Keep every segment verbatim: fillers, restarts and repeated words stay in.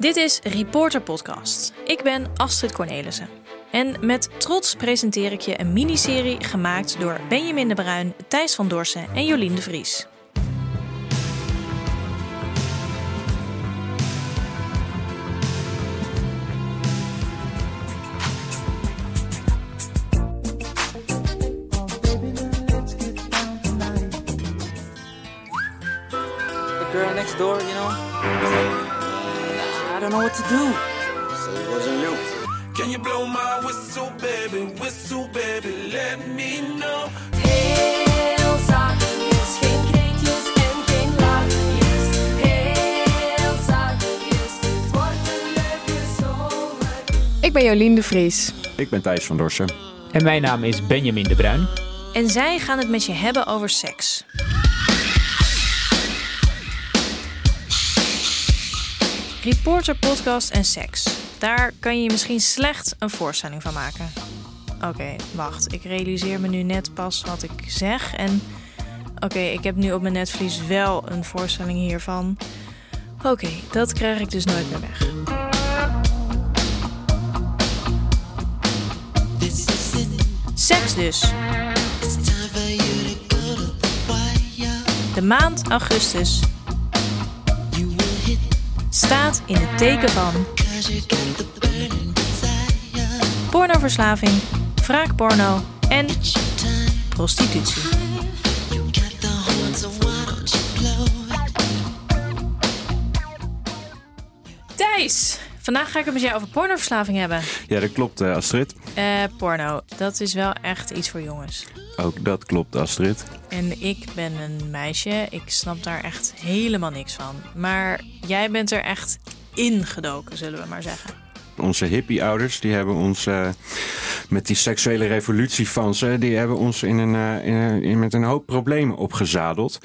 Dit is Reporter Podcast. Ik ben Astrid Cornelissen. En met trots presenteer ik je een miniserie gemaakt door Benjamin de Bruin, Thijs van Dorsen en Jolien de Vries. Girl next door, you know? I don't know what to do. So it wasn't you. Can you blow my whistle, baby? Whistle, baby, let me know. Heel zachtjes, geen kreetjes en geen lachjes. Heel zachtjes, het wordt een leuke zomer. Ik ben Jolien de Vries. Ik ben Thijs van Dorsen. En mijn naam is Benjamin de Bruin. En zij gaan het met je hebben over seks. Reporter, podcast en seks. Daar kan je je misschien slecht een voorstelling van maken. Oké, okay, wacht. Ik realiseer me nu net pas wat ik zeg. En oké, okay, ik heb nu op mijn netvlies wel een voorstelling hiervan. Oké, okay, dat krijg ik dus nooit meer weg. Seks dus. De maand augustus staat in het teken van pornoverslaving, wraakporno en prostitutie. Thijs, vandaag ga ik het met jou over pornoverslaving hebben. Ja, dat klopt, uh, Astrid. Uh, porno, dat is wel echt iets voor jongens. Ook dat klopt, Astrid. En ik ben een meisje, ik snap daar echt helemaal niks van. Maar jij bent er echt ingedoken, zullen we maar zeggen. Onze hippie-ouders, die hebben ons uh, met die seksuele revolutie van ze, die hebben ons in een, uh, in een, in, met een hoop problemen opgezadeld.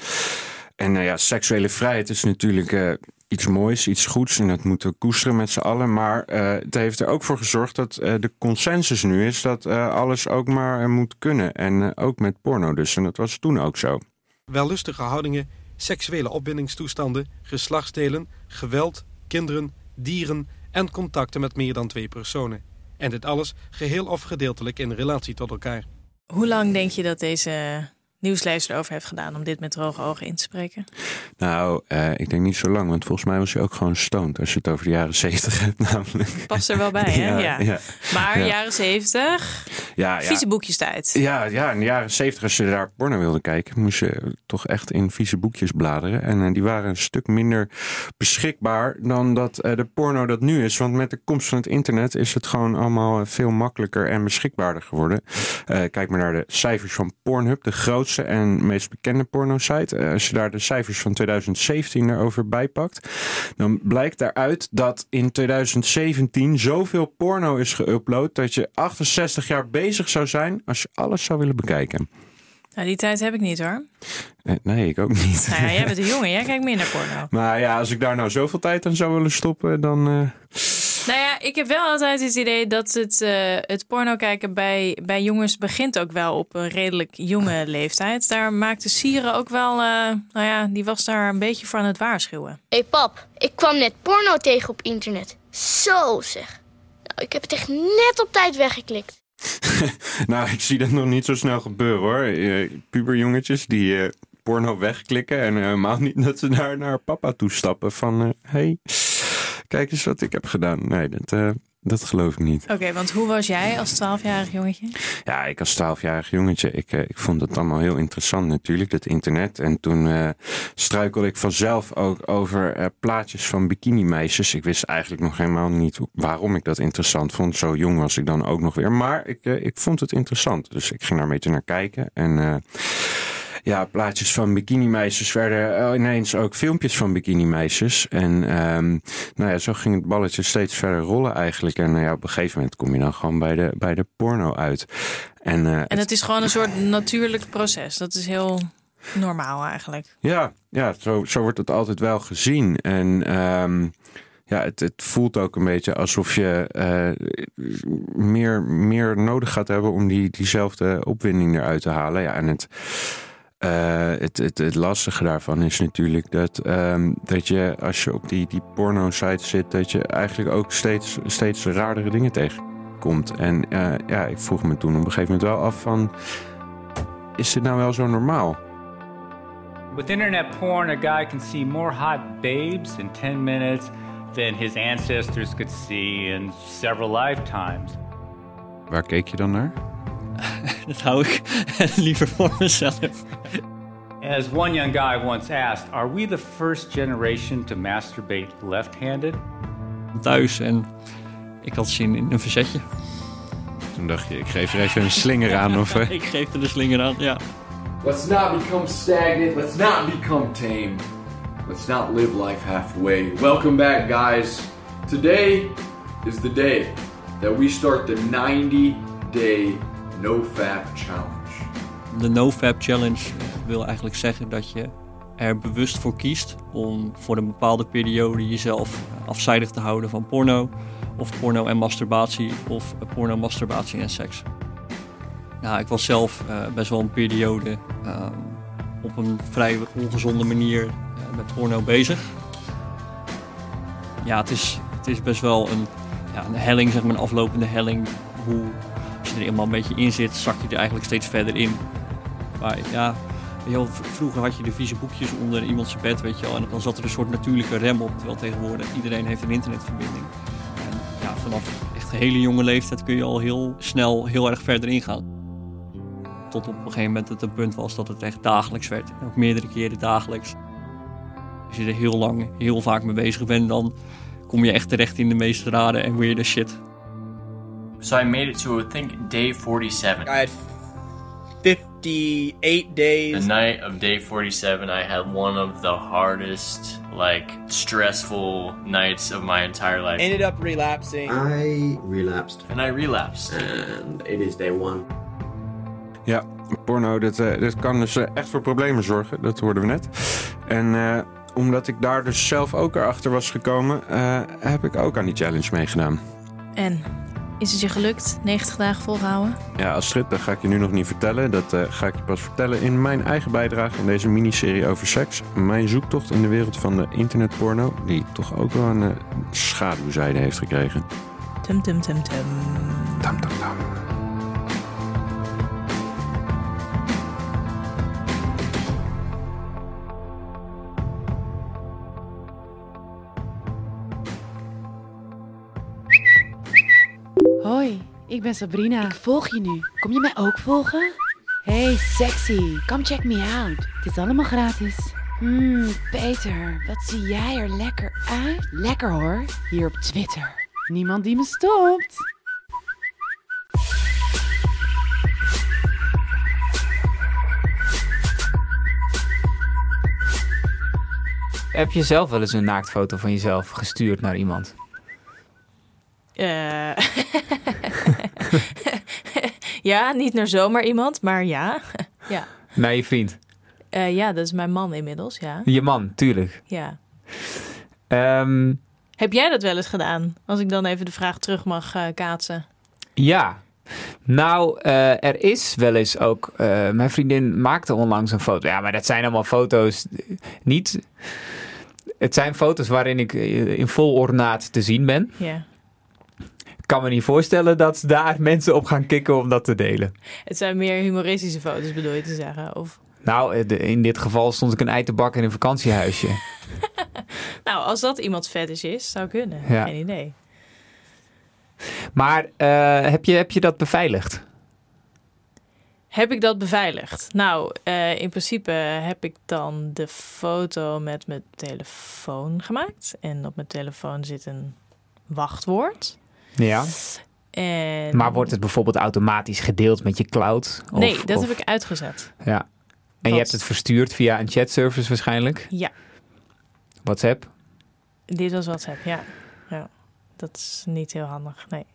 En uh, ja, seksuele vrijheid is natuurlijk uh, iets moois, iets goeds. En dat moeten we koesteren met z'n allen. Maar uh, het heeft er ook voor gezorgd dat uh, de consensus nu is dat uh, alles ook maar uh, moet kunnen. En uh, ook met porno dus. En dat was toen ook zo. Wellustige houdingen, seksuele opwindingstoestanden, geslachtsdelen, geweld, kinderen, dieren en contacten met meer dan twee personen. En dit alles geheel of gedeeltelijk in relatie tot elkaar. Hoe lang denk je dat deze nieuwslezer erover heeft gedaan om dit met droge ogen in te spreken? Nou, uh, ik denk niet zo lang, want volgens mij was hij ook gewoon stoned als je het over de jaren zeventig hebt namelijk. Past er wel bij, hè? Ja. ja, ja. Maar ja. jaren zeventig, ja, ja. vieze boekjestijd. Ja, ja, in de jaren zeventig, als je daar porno wilde kijken, moest je toch echt in vieze boekjes bladeren. En uh, die waren een stuk minder beschikbaar dan dat uh, de porno dat nu is. Want met de komst van het internet is het gewoon allemaal uh, veel makkelijker en beschikbaarder geworden. Uh, kijk maar naar de cijfers van Pornhub, de grootste en meest bekende pornosite. Uh, als je daar de cijfers van twintig zeventien erover bijpakt, dan blijkt daaruit dat in twintig zeventien zoveel porno is geüpload dat je achtenzestig jaar bezig zou zijn als je alles zou willen bekijken. Nou, die tijd heb ik niet, hoor. Eh, nee, ik ook niet. Nou ja, jij bent een jongen, jij kijkt minder porno. Maar ja, als ik daar nou zoveel tijd aan zou willen stoppen, dan Uh... Nou ja, ik heb wel altijd het idee dat het, uh, het porno kijken bij, bij jongens begint ook wel op een redelijk jonge leeftijd. Daar maakte Sire ook wel, uh, nou ja, die was daar een beetje voor aan het waarschuwen. Hé hey pap, ik kwam net porno tegen op internet. Zo zeg. Nou, ik heb het echt net op tijd weggeklikt. Nou, ik zie dat nog niet zo snel gebeuren, hoor. Uh, puberjongetjes die uh, porno wegklikken en uh, helemaal niet dat ze daar naar papa toe stappen van hé, uh, hey, kijk eens wat ik heb gedaan. Nee, dat, uh, dat geloof ik niet. Oké, okay, want hoe was jij als twaalfjarig jongetje? Ja, ik als twaalfjarig jongetje, ik, uh, ik vond het allemaal heel interessant natuurlijk, het internet. En toen uh, struikelde ik vanzelf ook over uh, plaatjes van bikinimeisjes. Ik wist eigenlijk nog helemaal niet waarom ik dat interessant vond. Zo jong was ik dan ook nog weer. Maar ik, uh, ik vond het interessant. Dus ik ging daar een beetje naar kijken. En Uh, ja, plaatjes van bikinimeisjes werden ineens ook filmpjes van bikinimeisjes. En um, nou ja, zo ging het balletje steeds verder rollen eigenlijk. En uh, ja, op een gegeven moment kom je dan gewoon bij de, bij de porno uit. En, uh, en het is gewoon een soort natuurlijk proces. Dat is heel normaal eigenlijk. Ja, ja zo, zo wordt het altijd wel gezien. En Um, ja, het, het voelt ook een beetje alsof je uh, meer, meer nodig gaat hebben om die, diezelfde opwinding eruit te halen. Ja, en het Uh, het, het, het lastige daarvan is natuurlijk dat, um, dat je als je op die, die porno-site zit, dat je eigenlijk ook steeds, steeds raardere dingen tegenkomt. En uh, ja, ik vroeg me toen op een gegeven moment wel af van, is dit nou wel zo normaal? With internet porn, a guy can see more hot babes in ten minutes than his ancestors could see in several lifetimes. Waar keek je dan naar? Dat hou ik liever voor mezelf. As one young guy once asked, are we the first generation to masturbate left-handed? Thuis en ik had zin in een verzetje. Toen dacht je, ik geef er even een slinger aan. Of, uh... ik geef er een slinger aan, ja. Let's not become stagnant. Let's not become tame. Let's not live life halfway. Welcome back, guys. Today is the day that we start the ninety-day NoFap Challenge. De NoFap Challenge wil eigenlijk zeggen dat je er bewust voor kiest om voor een bepaalde periode jezelf afzijdig te houden van porno, of porno en masturbatie, of porno, masturbatie en seks. Nou, ik was zelf uh, best wel een periode uh, op een vrij ongezonde manier uh, met porno bezig. Ja, het is, het is best wel een, ja, een helling, zeg maar, een aflopende helling. Hoe, als je er eenmaal een beetje in zit, zak je er eigenlijk steeds verder in. Maar ja, weet je wel, vroeger had je de vieze boekjes onder iemands bed, weet je wel, en dan zat er een soort natuurlijke rem op. Terwijl tegenwoordig iedereen heeft een internetverbinding. En ja, vanaf echt een hele jonge leeftijd kun je al heel snel heel erg verder ingaan. Tot op een gegeven moment het een punt was dat het echt dagelijks werd. En ook meerdere keren dagelijks. Als je er heel lang, heel vaak mee bezig bent, dan kom je echt terecht in de meest rare en weirde shit. So I made it to, I think, day forty-seven. I had fifty-eight days. The night of day forty-seven, I had one of the hardest, like, stressful nights of my entire life. Ended up relapsing. I relapsed. And I relapsed. And it is day one. Ja, porno, dat, uh, dat kan dus uh, echt voor problemen zorgen. Dat hoorden we net. En uh, omdat ik daar dus zelf ook erachter was gekomen, uh, heb ik ook aan die challenge meegedaan. En is het je gelukt? negentig dagen volgehouden? Ja, Astrid, dat ga ik je nu nog niet vertellen. Dat uh, ga ik je pas vertellen in mijn eigen bijdrage in deze miniserie over seks. Mijn zoektocht in de wereld van de internetporno, die toch ook wel een uh, schaduwzijde heeft gekregen. Tum tum tum tum. Tam tam tam. Hoi, ik ben Sabrina. Ik volg je nu. Kom je mij ook volgen? Hey, sexy. Come check me out. Het is allemaal gratis. Hmm, Peter, wat zie jij er lekker uit? Lekker hoor, hier op Twitter. Niemand die me stopt. Heb je zelf wel eens een naaktfoto van jezelf gestuurd naar iemand? Uh... ja, niet naar zomaar iemand, maar ja. ja. Naar je vriend? Uh, ja, dat is mijn man inmiddels, ja. Je man, tuurlijk. Ja. Um... Heb jij dat wel eens gedaan? Als ik dan even de vraag terug mag uh, kaatsen. Ja. Nou, uh, er is wel eens ook... Uh, mijn vriendin maakte onlangs een foto. Ja, maar dat zijn allemaal foto's niet... Het zijn foto's waarin ik in vol ornaat te zien ben. Ja. Ik kan me niet voorstellen dat daar mensen op gaan kicken om dat te delen. Het zijn meer humoristische foto's, bedoel je te zeggen? Of... Nou, in dit geval stond ik een ei te bakken in een vakantiehuisje. Nou, als dat iemands fetish is, zou kunnen. Ja. Geen idee. Maar uh, heb, je, heb je dat beveiligd? Heb ik dat beveiligd? Nou, uh, in principe heb ik dan de foto met mijn telefoon gemaakt. En op mijn telefoon zit een wachtwoord. Ja. En... Maar wordt het bijvoorbeeld automatisch gedeeld met je cloud? Of, nee, dat of... heb ik uitgezet. Ja. En Wat? je hebt het verstuurd via een chatservice waarschijnlijk? Ja. WhatsApp? Dit was WhatsApp, ja. ja. Dat is niet heel handig, nee.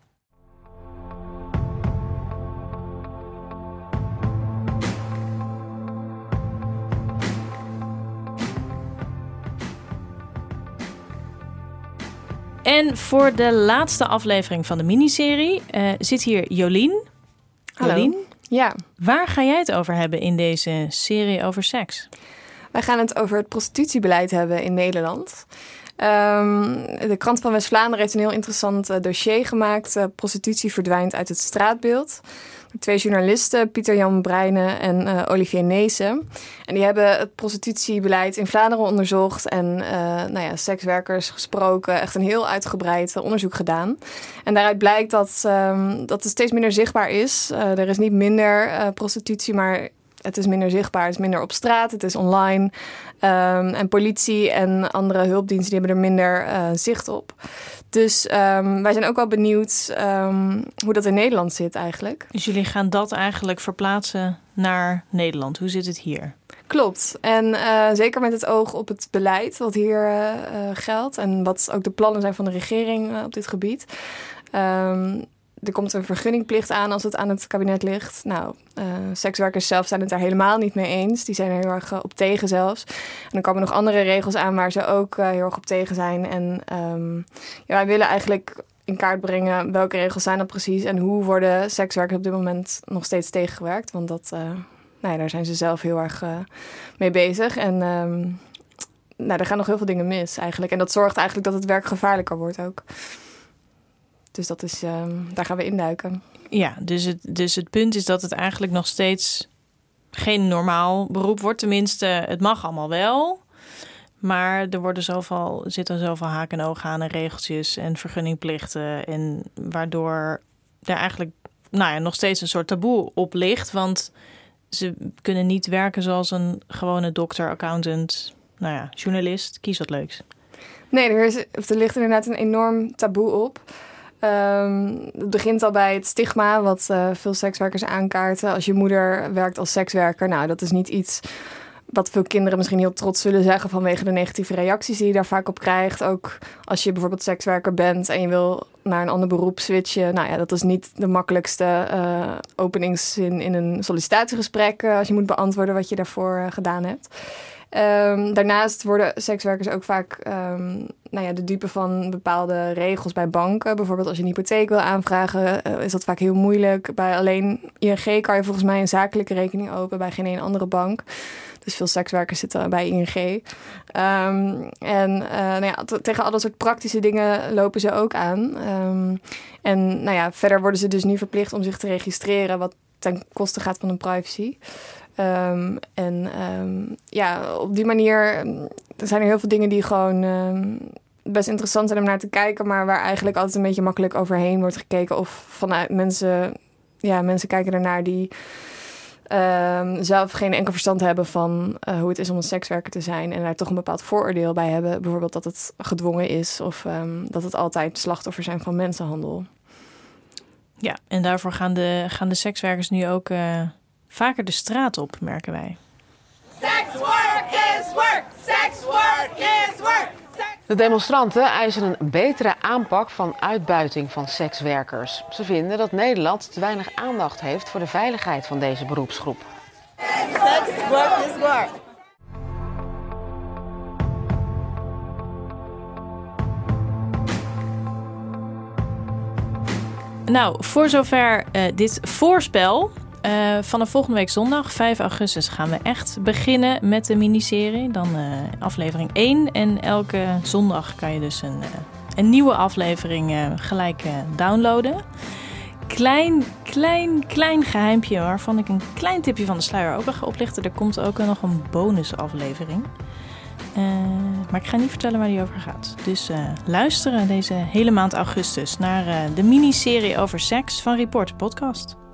En voor de laatste aflevering van de miniserie uh, zit hier Jolien. Hallo. Jolien, Ja. Waar ga jij het over hebben in deze serie over seks? Wij gaan het over het prostitutiebeleid hebben in Nederland. Um, de Krant van West-Vlaanderen heeft een heel interessant uh, dossier gemaakt. Uh, prostitutie verdwijnt uit het straatbeeld. Twee journalisten, Pieter-Jan Breijnen en uh, Olivier Neesen. En die hebben het prostitutiebeleid in Vlaanderen onderzocht en uh, nou ja, sekswerkers gesproken. Echt een heel uitgebreid uh, onderzoek gedaan. En daaruit blijkt dat, um, dat het steeds minder zichtbaar is. Uh, er is niet minder uh, prostitutie, maar het is minder zichtbaar. Het is minder op straat, het is online. Um, en politie en andere hulpdiensten die hebben er minder uh, zicht op. Dus um, wij zijn ook wel benieuwd um, hoe dat in Nederland zit eigenlijk. Dus jullie gaan dat eigenlijk verplaatsen naar Nederland. Hoe zit het hier? Klopt. En uh, zeker met het oog op het beleid wat hier uh, uh, geldt. En wat ook de plannen zijn van de regering uh, op dit gebied. Um, Er komt een vergunningplicht aan als het aan het kabinet ligt. Nou, uh, sekswerkers zelf zijn het daar helemaal niet mee eens. Die zijn er heel erg uh, op tegen zelfs. En dan komen nog andere regels aan waar ze ook uh, heel erg op tegen zijn. En um, ja, wij willen eigenlijk in kaart brengen welke regels zijn dat precies. En hoe worden sekswerkers op dit moment nog steeds tegengewerkt. Want dat, uh, nou ja, daar zijn ze zelf heel erg uh, mee bezig. En um, nou, er gaan nog heel veel dingen mis eigenlijk. En dat zorgt eigenlijk dat het werk gevaarlijker wordt ook. Dus dat is, um, daar gaan we induiken. Ja, dus het, dus het punt is dat het eigenlijk nog steeds geen normaal beroep wordt. Tenminste, het mag allemaal wel. Maar er worden zoveel, zitten zoveel haken en ogen aan en regeltjes en vergunningplichten. En waardoor er eigenlijk nou ja, nog steeds een soort taboe op ligt. Want ze kunnen niet werken zoals een gewone dokter, accountant, nou ja, journalist. Kies wat leuks. Nee, er, is, er ligt inderdaad een enorm taboe op. Um, het begint al bij het stigma wat uh, veel sekswerkers aankaarten. Als je moeder werkt als sekswerker, nou, dat is niet iets wat veel kinderen misschien heel trots zullen zeggen vanwege de negatieve reacties die je daar vaak op krijgt. Ook als je bijvoorbeeld sekswerker bent en je wil naar een ander beroep switchen. Nou ja, dat is niet de makkelijkste uh, openingszin in een sollicitatiegesprek uh, als je moet beantwoorden wat je daarvoor uh, gedaan hebt. Um, daarnaast worden sekswerkers ook vaak um, nou ja, de dupe van bepaalde regels bij banken. Bijvoorbeeld als je een hypotheek wil aanvragen, uh, is dat vaak heel moeilijk. Bij alleen I N G kan je volgens mij een zakelijke rekening openen, bij geen een andere bank. Dus veel sekswerkers zitten bij I N G. Um, en uh, nou ja, t- tegen al dat soort praktische dingen lopen ze ook aan. Um, en nou ja, verder worden ze dus nu verplicht om zich te registreren, wat ten koste gaat van hun privacy. Um, en um, ja, op die manier um, er zijn er heel veel dingen die gewoon um, best interessant zijn om naar te kijken, maar waar eigenlijk altijd een beetje makkelijk overheen wordt gekeken. Of vanuit mensen, ja, mensen kijken ernaar die um, zelf geen enkel verstand hebben van uh, hoe het is om een sekswerker te zijn en daar toch een bepaald vooroordeel bij hebben. Bijvoorbeeld dat het gedwongen is of um, dat het altijd slachtoffer zijn van mensenhandel. Ja, en daarvoor gaan de, gaan de sekswerkers nu ook uh, vaker de straat op, merken wij. Sex work is work. Sex work is work. De demonstranten eisen een betere aanpak van uitbuiting van sekswerkers. Ze vinden dat Nederland te weinig aandacht heeft voor de veiligheid van deze beroepsgroep. Sex work is work. Nou, voor zover uh, dit voorspel. Uh, vanaf volgende week zondag, vijf augustus, gaan we echt beginnen met de miniserie. Dan uh, aflevering één. En elke zondag kan je dus een, uh, een nieuwe aflevering uh, gelijk uh, downloaden. Klein, klein, klein geheimpje waarvan ik een klein tipje van de sluier ook nog ga oplichten. Er komt ook nog een bonusaflevering. Uh, maar ik ga niet vertellen waar die over gaat. Dus uh, luisteren deze hele maand augustus naar uh, de miniserie over seks van Reporter Podcast.